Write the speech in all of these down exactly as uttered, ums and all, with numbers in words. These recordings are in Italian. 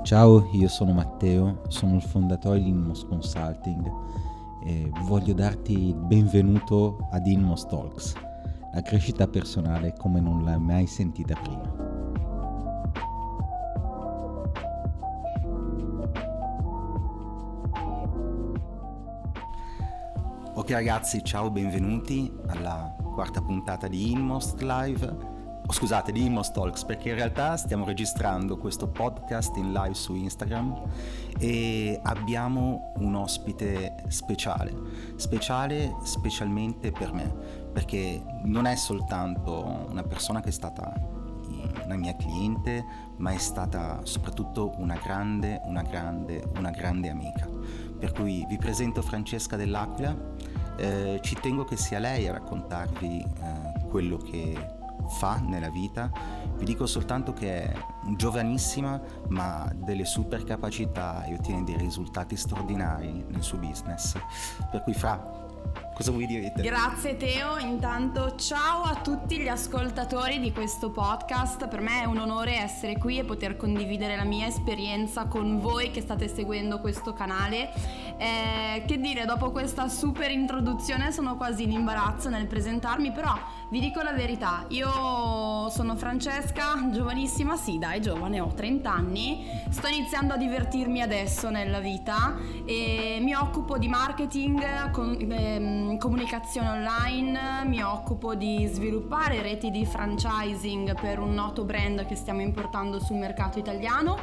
Ciao, io sono Matteo, sono il fondatore di Inmos Consulting e voglio darti il benvenuto ad Inmos Talks, la crescita personale come non l'hai mai sentita prima. Ok ragazzi, ciao, benvenuti alla quarta puntata di Inmost Live. Oh, scusate, di Inmost Talks, perché in realtà stiamo registrando questo podcast in live su Instagram e abbiamo un ospite speciale, speciale specialmente per me, perché non è soltanto una persona che è stata una mia cliente, ma è stata soprattutto una grande, una grande, una grande amica. Per cui vi presento Francesca Dell'Aquila. Eh, ci tengo che sia lei a raccontarvi eh, quello che fa nella vita. Vi dico soltanto che è giovanissima, ma delle super capacità e ottiene dei risultati straordinari nel suo business. Per cui Fra, cosa vuoi dire? Grazie Teo, intanto ciao a tutti gli ascoltatori di questo podcast. Per me è un onore essere qui e poter condividere la mia esperienza con voi che state seguendo questo canale. Eh, che dire, dopo questa super introduzione sono quasi in imbarazzo nel presentarmi, però vi dico la verità, io sono Francesca, giovanissima, sì dai, giovane, ho trenta anni, sto iniziando a divertirmi adesso nella vita e mi occupo di marketing, con, ehm, comunicazione online, mi occupo di sviluppare reti di franchising per un noto brand che stiamo importando sul mercato italiano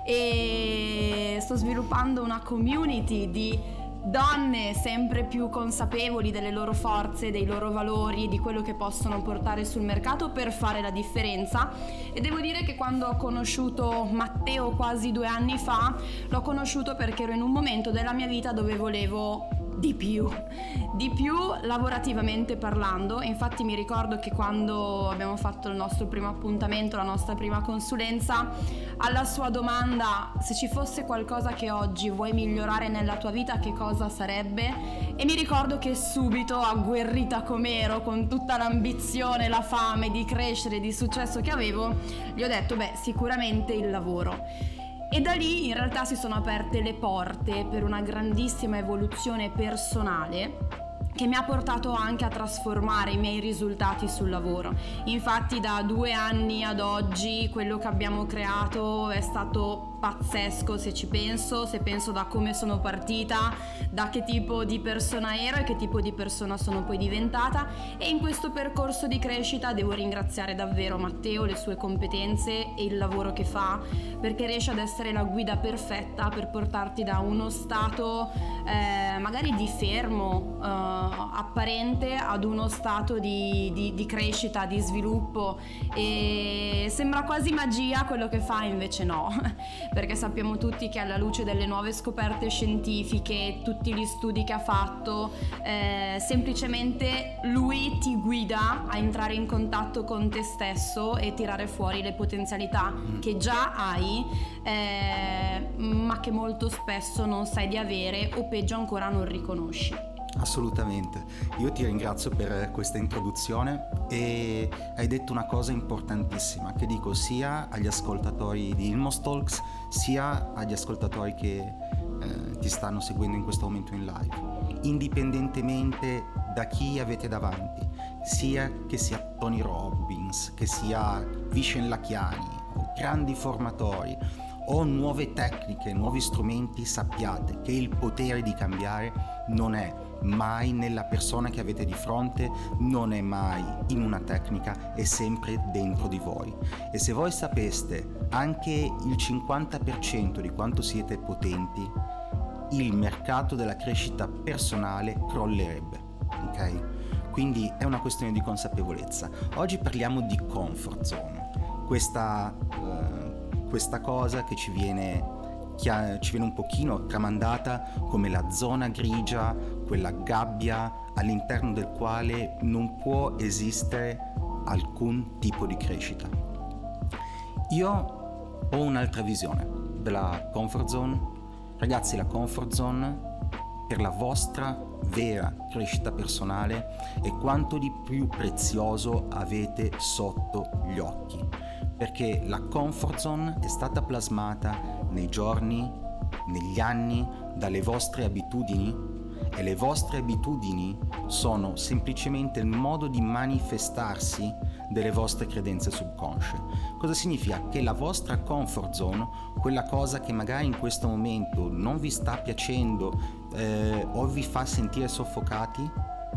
e sto sviluppando una community di donne sempre più consapevoli delle loro forze, dei loro valori, di quello che possono portare sul mercato per fare la differenza. E devo dire che quando ho conosciuto Matteo quasi due anni fa, l'ho conosciuto perché ero in un momento della mia vita dove volevo di più, di più lavorativamente parlando. Infatti mi ricordo che quando abbiamo fatto il nostro primo appuntamento, la nostra prima consulenza, alla sua domanda se ci fosse qualcosa che oggi vuoi migliorare nella tua vita, che cosa sarebbe? E mi ricordo che subito, agguerrita com'ero, con tutta l'ambizione, la fame di crescere, di successo che avevo, gli ho detto beh, sicuramente il lavoro. E da lì in realtà si sono aperte le porte per una grandissima evoluzione personale che mi ha portato anche a trasformare i miei risultati sul lavoro. Infatti da due anni ad oggi quello che abbiamo creato è stato pazzesco, se ci penso, se penso da come sono partita, da che tipo di persona ero e che tipo di persona sono poi diventata. E in questo percorso di crescita devo ringraziare davvero Matteo, le sue competenze e il lavoro che fa, perché riesce ad essere la guida perfetta per portarti da uno stato eh, magari di fermo eh, apparente ad uno stato di, di, di crescita, di sviluppo, e sembra quasi magia quello che fa, invece no, perché sappiamo tutti che alla luce delle nuove scoperte scientifiche, tutti gli studi che ha fatto, eh, semplicemente lui ti guida a entrare in contatto con te stesso e tirare fuori le potenzialità che già hai, eh, ma che molto spesso non sai di avere o peggio ancora non riconosci. Assolutamente, io ti ringrazio per questa introduzione e hai detto una cosa importantissima che dico sia agli ascoltatori di Inmost Talks sia agli ascoltatori che eh, ti stanno seguendo in questo momento in live, indipendentemente da chi avete davanti, sia che sia Tony Robbins, che sia Vishen Lakhiani o grandi formatori o nuove tecniche, nuovi strumenti, sappiate che il potere di cambiare non è mai nella persona che avete di fronte, non è mai in una tecnica, è sempre dentro di voi. E se voi sapeste anche il cinquanta per cento di quanto siete potenti, il mercato della crescita personale crollerebbe, ok? Quindi è una questione di consapevolezza. Oggi parliamo di comfort zone, questa, uh, questa cosa che ci viene ci viene un pochino tramandata come la zona grigia, quella gabbia all'interno del quale non può esistere alcun tipo di crescita. Io ho un'altra visione della comfort zone. Ragazzi, la comfort zone per la vostra vera crescita personale è quanto di più prezioso avete sotto gli occhi, perché la comfort zone è stata plasmata nei giorni, negli anni, dalle vostre abitudini, e le vostre abitudini sono semplicemente il modo di manifestarsi delle vostre credenze subconsce. Cosa significa? Che la vostra comfort zone, quella cosa che magari in questo momento non vi sta piacendo eh, o vi fa sentire soffocati,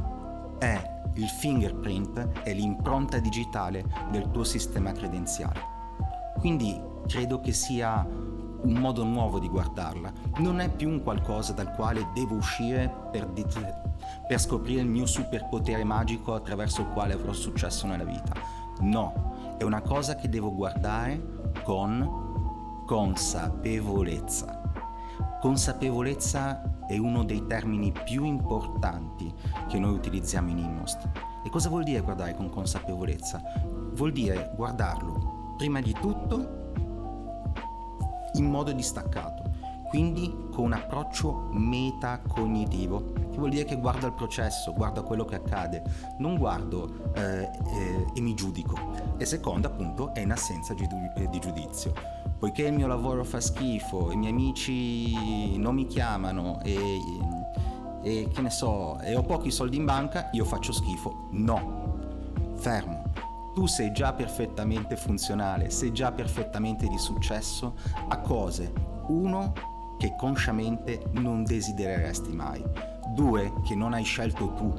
è il fingerprint, è l'impronta digitale del tuo sistema credenziale. Quindi credo che sia un modo nuovo di guardarla. Non è più un qualcosa dal quale devo uscire per, di- per scoprire il mio superpotere magico attraverso il quale avrò successo nella vita. No, è una cosa che devo guardare con consapevolezza. Consapevolezza è uno dei termini più importanti che noi utilizziamo in Inmost. E cosa vuol dire guardare con consapevolezza? Vuol dire guardarlo prima di tutto in modo distaccato, quindi con un approccio metacognitivo, che vuol dire che guardo il processo, guardo quello che accade, non guardo eh, eh, e mi giudico. E secondo, appunto, è in assenza di, di giudizio. Poiché il mio lavoro fa schifo, i miei amici non mi chiamano e, e che ne so, e ho pochi soldi in banca, io faccio schifo. No, fermo. Tu sei già perfettamente funzionale, sei già perfettamente di successo a cose, uno, che consciamente non desidereresti mai, due, che non hai scelto tu,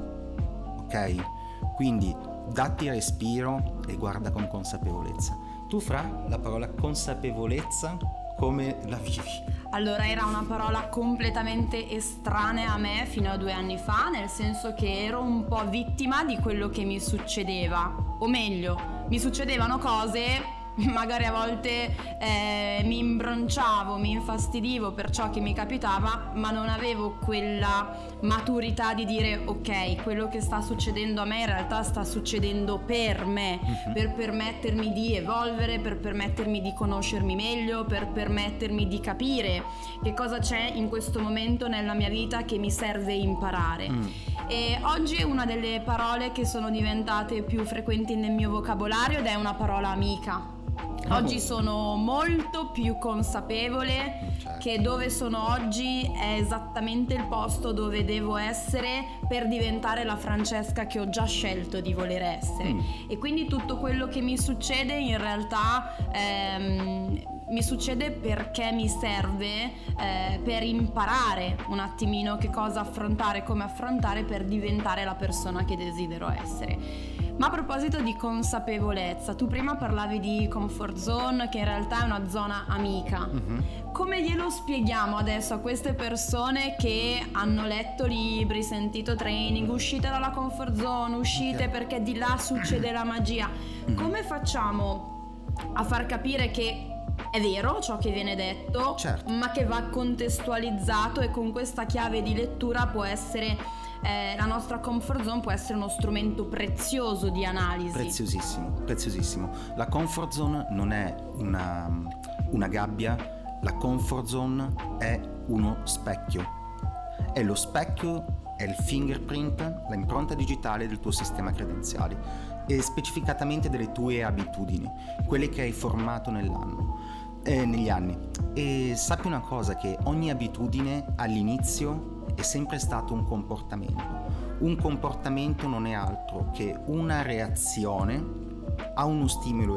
ok? Quindi datti respiro e guarda con consapevolezza. Tu, Fra, la parola consapevolezza come la vivi? Allora, era una parola completamente estranea a me fino a due anni fa, nel senso che ero un po' vittima di quello che mi succedeva, o meglio, mi succedevano cose, magari a volte eh, mi imbronciavo, mi infastidivo per ciò che mi capitava, ma non avevo quella maturità di dire ok, quello che sta succedendo a me in realtà sta succedendo per me, uh-huh. per permettermi di evolvere, per permettermi di conoscermi meglio, per permettermi di capire che cosa c'è in questo momento nella mia vita che mi serve imparare. Mm. E oggi è una delle parole che sono diventate più frequenti nel mio vocabolario ed è una parola amica. Oggi sono molto più consapevole certo. che dove sono oggi è esattamente il posto dove devo essere per diventare la Francesca che ho già scelto di voler essere. Mm. E quindi tutto quello che mi succede in realtà ehm, mi succede perché mi serve eh, per imparare un attimino che cosa affrontare, come affrontare per diventare la persona che desidero essere. Ma a proposito di consapevolezza, tu prima parlavi di comfort zone, che in realtà è una zona amica. Uh-huh. Come glielo spieghiamo adesso a queste persone che hanno letto libri, sentito training, uscite dalla comfort zone, uscite okay. perché di là succede la magia? Uh-huh. Come facciamo a far capire che è vero ciò che viene detto, certo. ma che va contestualizzato e con questa chiave di lettura può essere... Eh, la nostra comfort zone può essere uno strumento prezioso di analisi. Preziosissimo, preziosissimo. La comfort zone non è una, una gabbia, la comfort zone è uno specchio. È lo specchio, è il fingerprint, l'impronta digitale del tuo sistema credenziale e specificatamente delle tue abitudini, quelle che hai formato nell'anno, eh, negli anni. E sappi una cosa, che ogni abitudine all'inizio è sempre stato un comportamento. Un comportamento non è altro che una reazione a uno stimolo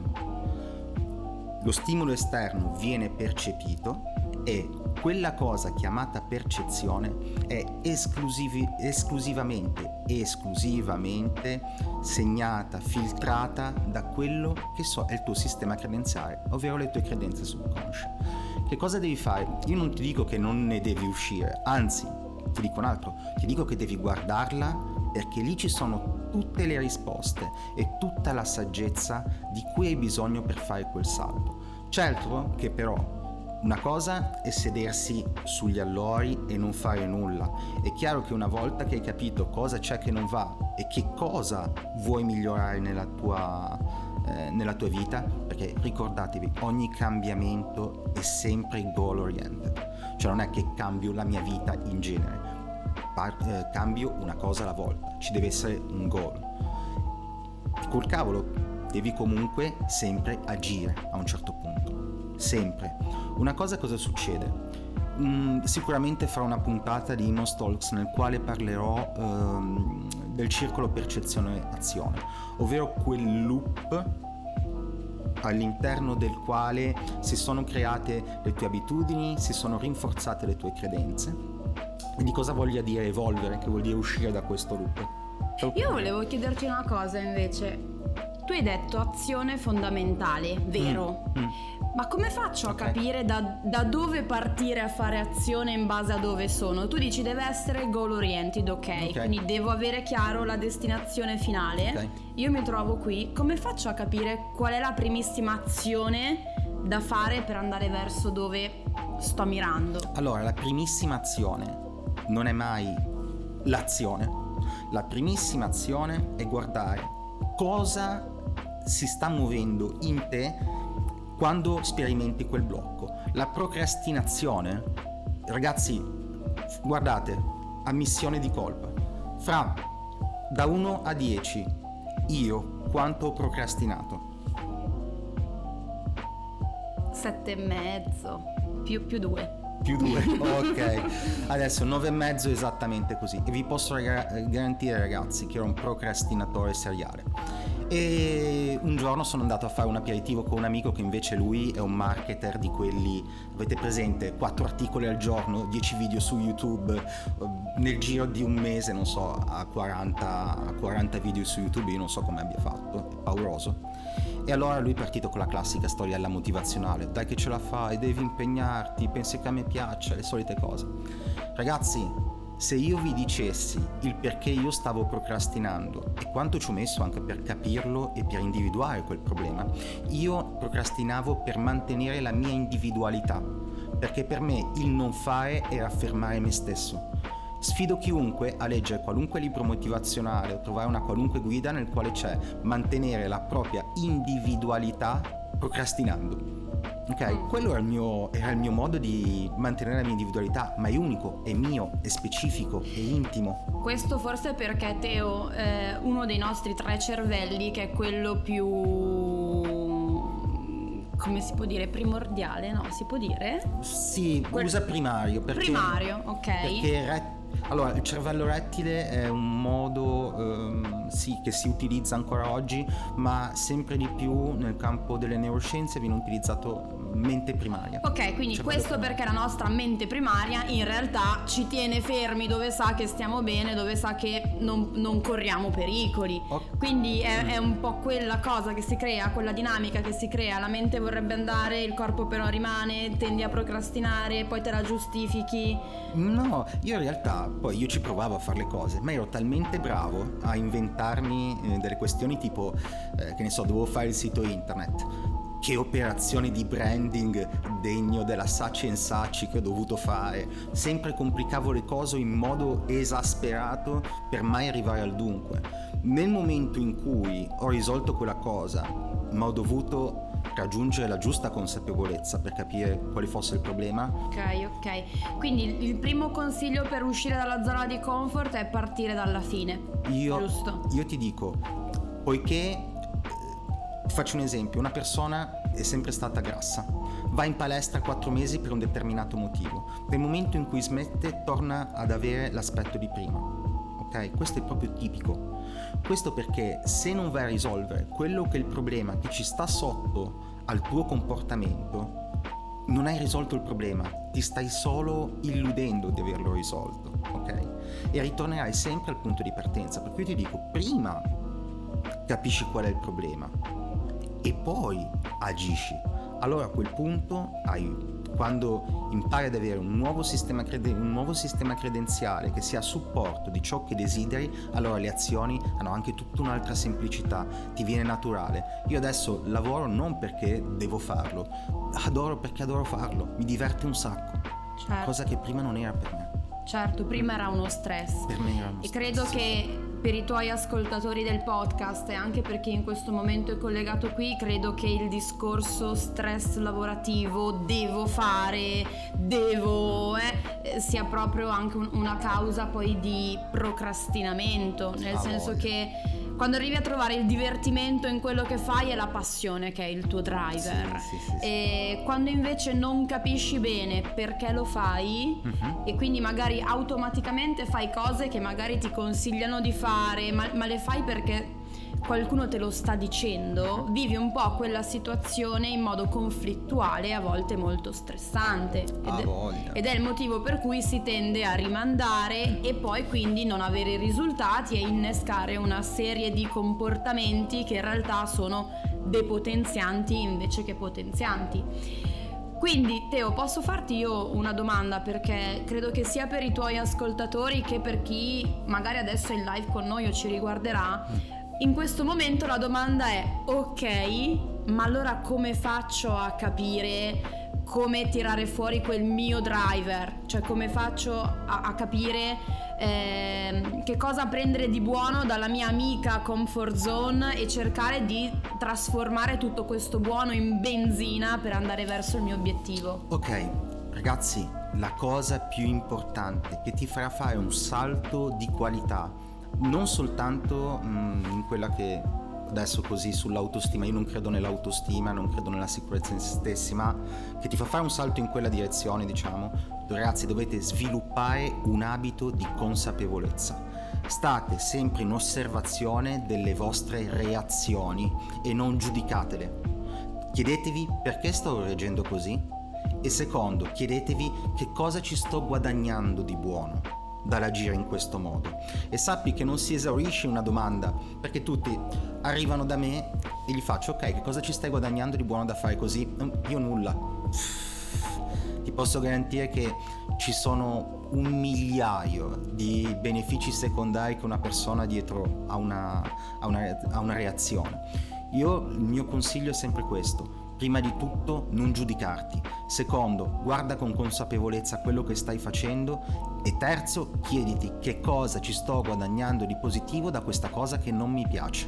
esterno. Lo stimolo esterno viene percepito e quella cosa chiamata percezione è esclusivi, esclusivamente, esclusivamente segnata, filtrata da quello che so è il tuo sistema credenziale, ovvero le tue credenze subconsce. Che cosa devi fare? Io non ti dico che non ne devi uscire, anzi, ti dico un altro, ti dico che devi guardarla perché lì ci sono tutte le risposte e tutta la saggezza di cui hai bisogno per fare quel salto. Certo che però una cosa è sedersi sugli allori e non fare nulla. È chiaro che una volta che hai capito cosa c'è che non va e che cosa vuoi migliorare nella tua, eh, nella tua vita, perché ricordatevi, ogni cambiamento è sempre goal oriented, cioè non è che cambio la mia vita in genere, Par- eh, cambio una cosa alla volta, ci deve essere un goal. Col cavolo devi comunque sempre agire a un certo punto. sempre. Una cosa cosa succede? Mm, sicuramente farò una puntata di Inmos Talks nel quale parlerò ehm, del circolo percezione-azione, ovvero quel loop all'interno del quale si sono create le tue abitudini, si sono rinforzate le tue credenze. E di cosa voglia dire evolvere, che vuol dire uscire da questo loop. Io volevo chiederti una cosa invece. Tu hai detto azione fondamentale, vero? Mm, mm. Ma come faccio a okay. capire da, da dove partire a fare azione in base a dove sono? Tu dici deve essere goal oriented, ok? okay. Quindi devo avere chiaro la destinazione finale. Okay. Io mi trovo qui, come faccio a capire qual è la primissima azione da fare per andare verso dove sto mirando? Allora, la primissima azione non è mai l'azione. La primissima azione è guardare cosa si sta muovendo in te quando sperimenti quel blocco. La procrastinazione, ragazzi, guardate, ammissione di colpa. Fra da uno a dieci, io quanto ho procrastinato? Sette e mezzo, più, più due. Più due, ok. Adesso nove e mezzo esattamente così. E vi posso rag- garantire, ragazzi, che ero un procrastinatore seriale. E un giorno sono andato a fare un aperitivo con un amico che invece lui è un marketer di quelli, avete presente, quattro articoli al giorno, dieci video su YouTube, nel giro di un mese, non so, a quaranta, a quaranta video su YouTube, io non so come abbia fatto, è pauroso. E allora lui è partito con la classica storiella motivazionale: dai che ce la fai, devi impegnarti, pensi che a me piaccia, le solite cose. Ragazzi, se io vi dicessi il perché io stavo procrastinando e quanto ci ho messo anche per capirlo e per individuare quel problema, io procrastinavo per mantenere la mia individualità, perché per me il non fare era fermare me stesso. Sfido chiunque a leggere qualunque libro motivazionale o trovare una qualunque guida nel quale c'è mantenere la propria individualità procrastinando. Ok, quello era il mio, era il mio modo di mantenere la mia individualità, ma è unico, è mio, è specifico, è intimo. Questo forse perché Teo, eh, uno dei nostri tre cervelli, che è quello più, come si può dire, primordiale, no? Si può dire? Sì, Quel... usa primario. Perché, primario, ok. Perché re... Allora, il cervello rettile è un modo, ehm, sì, che si utilizza ancora oggi, ma sempre di più nel campo delle neuroscienze viene utilizzato mente primaria. Ok, quindi questo primario. Perché la nostra mente primaria in realtà ci tiene fermi dove sa che stiamo bene, dove sa che non, non corriamo pericoli. Oh. Quindi è, mm. è un po' quella cosa che si crea, quella dinamica che si crea. La mente vorrebbe andare, il corpo però rimane, tendi a procrastinare, poi te la giustifichi. No, io in realtà poi io ci provavo a fare le cose, ma ero talmente bravo a inventarmi eh, delle questioni tipo, eh, che ne so, dovevo fare il sito internet. Che operazione di branding degno della Saatchi and Saatchi che ho dovuto fare. Sempre complicavo le cose in modo esasperato per mai arrivare al dunque. Nel momento in cui ho risolto quella cosa, ma ho dovuto raggiungere la giusta consapevolezza per capire quale fosse il problema. Ok, ok. Quindi il primo consiglio per uscire dalla zona di comfort è partire dalla fine. Io, giusto? Io ti dico, poiché... Faccio un esempio, una persona è sempre stata grassa, va in palestra quattro mesi per un determinato motivo, nel momento in cui smette torna ad avere l'aspetto di prima, ok? Questo è proprio tipico, questo perché se non vai a risolvere quello che è il problema che ci sta sotto al tuo comportamento, non hai risolto il problema, ti stai solo illudendo di averlo risolto, ok? E ritornerai sempre al punto di partenza, per cui ti dico, prima capisci qual è il problema e poi agisci. Allora a quel punto hai, quando impari ad avere un nuovo sistema creden- un nuovo sistema credenziale che sia a supporto di ciò che desideri, allora le azioni hanno anche tutta un'altra semplicità, ti viene naturale. Io adesso lavoro non perché devo farlo, adoro perché adoro farlo, mi diverte un sacco, certo. Cosa che prima non era per me. Certo, prima era uno stress. Per me era uno e stress. credo che per i tuoi ascoltatori del podcast e anche per chi in questo momento è collegato qui, credo che il discorso stress lavorativo, devo fare, devo, eh, sia proprio anche un, una causa poi di procrastinamento, nel ah, senso voglia. che quando arrivi a trovare il divertimento in quello che fai è la passione che è il tuo driver. Sì, sì, sì, sì. E quando invece non capisci bene perché lo fai, uh-huh. e quindi magari automaticamente fai cose che magari ti consigliano di fare, ma, ma le fai perché qualcuno te lo sta dicendo, vivi un po' quella situazione in modo conflittuale e a volte molto stressante. Ed, ah, è, ed è il motivo per cui si tende a rimandare e poi quindi non avere risultati e innescare una serie di comportamenti che in realtà sono depotenzianti invece che potenzianti. Quindi Teo, posso farti io una domanda, perché credo che sia per i tuoi ascoltatori che per chi magari adesso è in live con noi o ci riguarderà. In questo momento la domanda è: ok, ma allora come faccio a capire come tirare fuori quel mio driver? Cioè come faccio a, a capire eh, che cosa prendere di buono dalla mia amica comfort zone e cercare di trasformare tutto questo buono in benzina per andare verso il mio obiettivo? Ok, ragazzi, la cosa più importante che ti farà fare un salto di qualità, non soltanto mh, in quella che adesso così sull'autostima, io non credo nell'autostima, non credo nella sicurezza in se stessi, ma che ti fa fare un salto in quella direzione, diciamo, ragazzi, dovete sviluppare un abito di consapevolezza. State sempre in osservazione delle vostre reazioni e non giudicatele. Chiedetevi perché sto reagendo così, e secondo, chiedetevi che cosa ci sto guadagnando di buono dall'agire in questo modo. E sappi che non si esaurisce una domanda, perché tutti arrivano da me e gli faccio: ok, che cosa ci stai guadagnando di buono da fare così? Io nulla. Ti posso garantire che ci sono un migliaio di benefici secondari che una persona dietro a una, a una, a una reazione. Io, il mio consiglio è sempre questo: prima di tutto non giudicarti, secondo, guarda con consapevolezza quello che stai facendo, e terzo, chiediti che cosa ci sto guadagnando di positivo da questa cosa che non mi piace.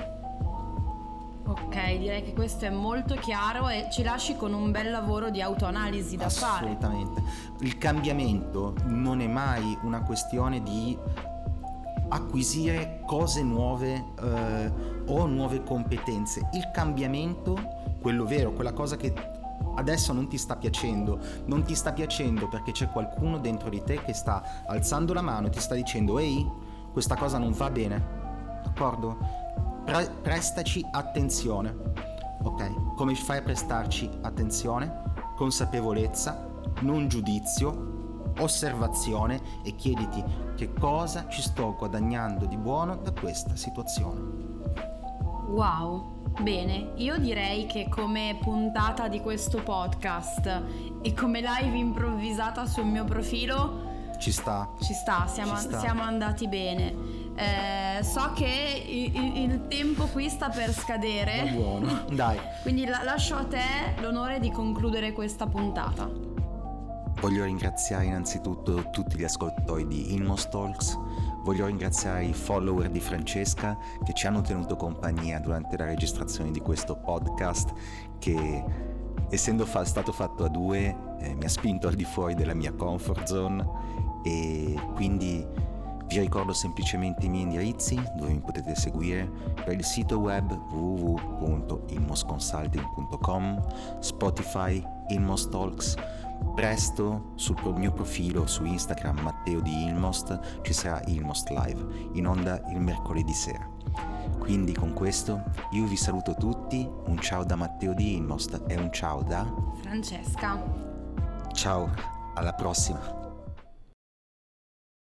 Ok, direi che questo è molto chiaro e ci lasci con un bel lavoro di autoanalisi da fare. Assolutamente. Il cambiamento non è mai una questione di acquisire cose nuove eh, o nuove competenze. Il cambiamento, quello vero, quella cosa che adesso non ti sta piacendo, non ti sta piacendo perché c'è qualcuno dentro di te che sta alzando la mano e ti sta dicendo: ehi, questa cosa non va bene, d'accordo? Pre- prestaci attenzione, ok? Come fai a prestarci attenzione? Consapevolezza, non giudizio, osservazione, e chiediti che cosa ci sto guadagnando di buono da questa situazione. Wow! Bene, io direi che come puntata di questo podcast e come live improvvisata sul mio profilo ci sta, ci sta, siamo, ci sta. siamo andati bene. Eh, so che il, il tempo qui sta per scadere. Va buono, dai. Quindi la, lascio a te l'onore di concludere questa puntata. Voglio ringraziare innanzitutto tutti gli ascoltatori di Inmost Talks. Voglio ringraziare i follower di Francesca che ci hanno tenuto compagnia durante la registrazione di questo podcast, che, essendo fa- stato fatto a due, eh, mi ha spinto al di fuori della mia comfort zone, e quindi vi ricordo semplicemente i miei indirizzi dove mi potete seguire: per il sito web w w w punto inmost consulting punto com, Spotify, Inmost Talks. Presto sul mio profilo su Instagram Matteo di Inmost ci sarà Inmost Live, in onda il mercoledì sera. Quindi con questo io vi saluto tutti, un ciao da Matteo di Inmost e un ciao da Francesca. Ciao, alla prossima.